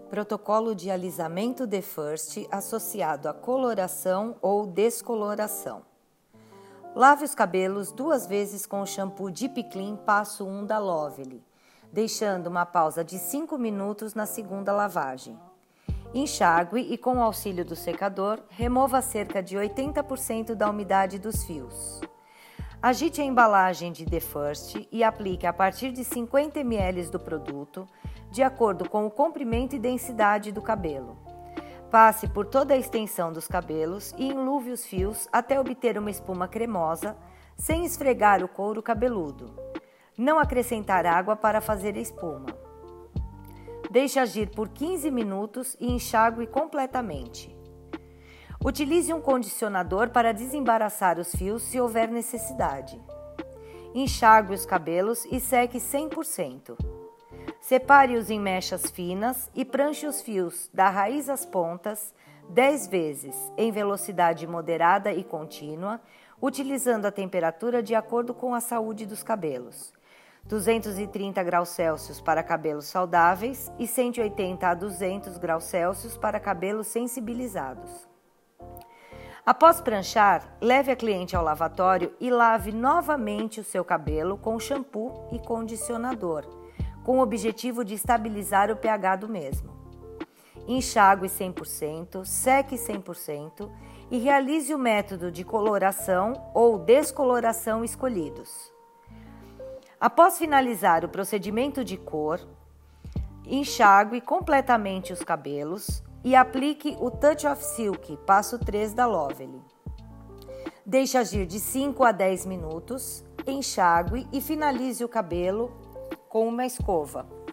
Protocolo de alisamento The First associado à coloração ou descoloração. Lave os cabelos 2 vezes com o shampoo Deep Clean passo 1 da Lovely, deixando uma pausa de 5 minutos na segunda lavagem. Enxague e, com o auxílio do secador, remova cerca de 80% da umidade dos fios. Agite a embalagem de The First e aplique a partir de 50 ml do produto, de acordo com o comprimento e densidade do cabelo. Passe por toda a extensão dos cabelos e enluve os fios até obter uma espuma cremosa, sem esfregar o couro cabeludo. Não acrescentar água para fazer a espuma. Deixe agir por 15 minutos e enxague completamente. Utilize um condicionador para desembaraçar os fios se houver necessidade. Enxague os cabelos e seque 100%. Separe-os em mechas finas e pranche os fios da raiz às pontas 10 vezes em velocidade moderada e contínua, utilizando a temperatura de acordo com a saúde dos cabelos. 230 graus Celsius para cabelos saudáveis e 180 a 200 graus Celsius para cabelos sensibilizados. Após pranchar, leve a cliente ao lavatório e lave novamente o seu cabelo com shampoo e condicionador, com o objetivo de estabilizar o pH do mesmo. Enxague 100%, seque 100% e realize o método de coloração ou descoloração escolhidos. Após finalizar o procedimento de cor, enxague completamente os cabelos e aplique o Touch of Silk, passo 3 da Lovely. Deixe agir de 5 a 10 minutos, enxague e finalize o cabelo com uma escova.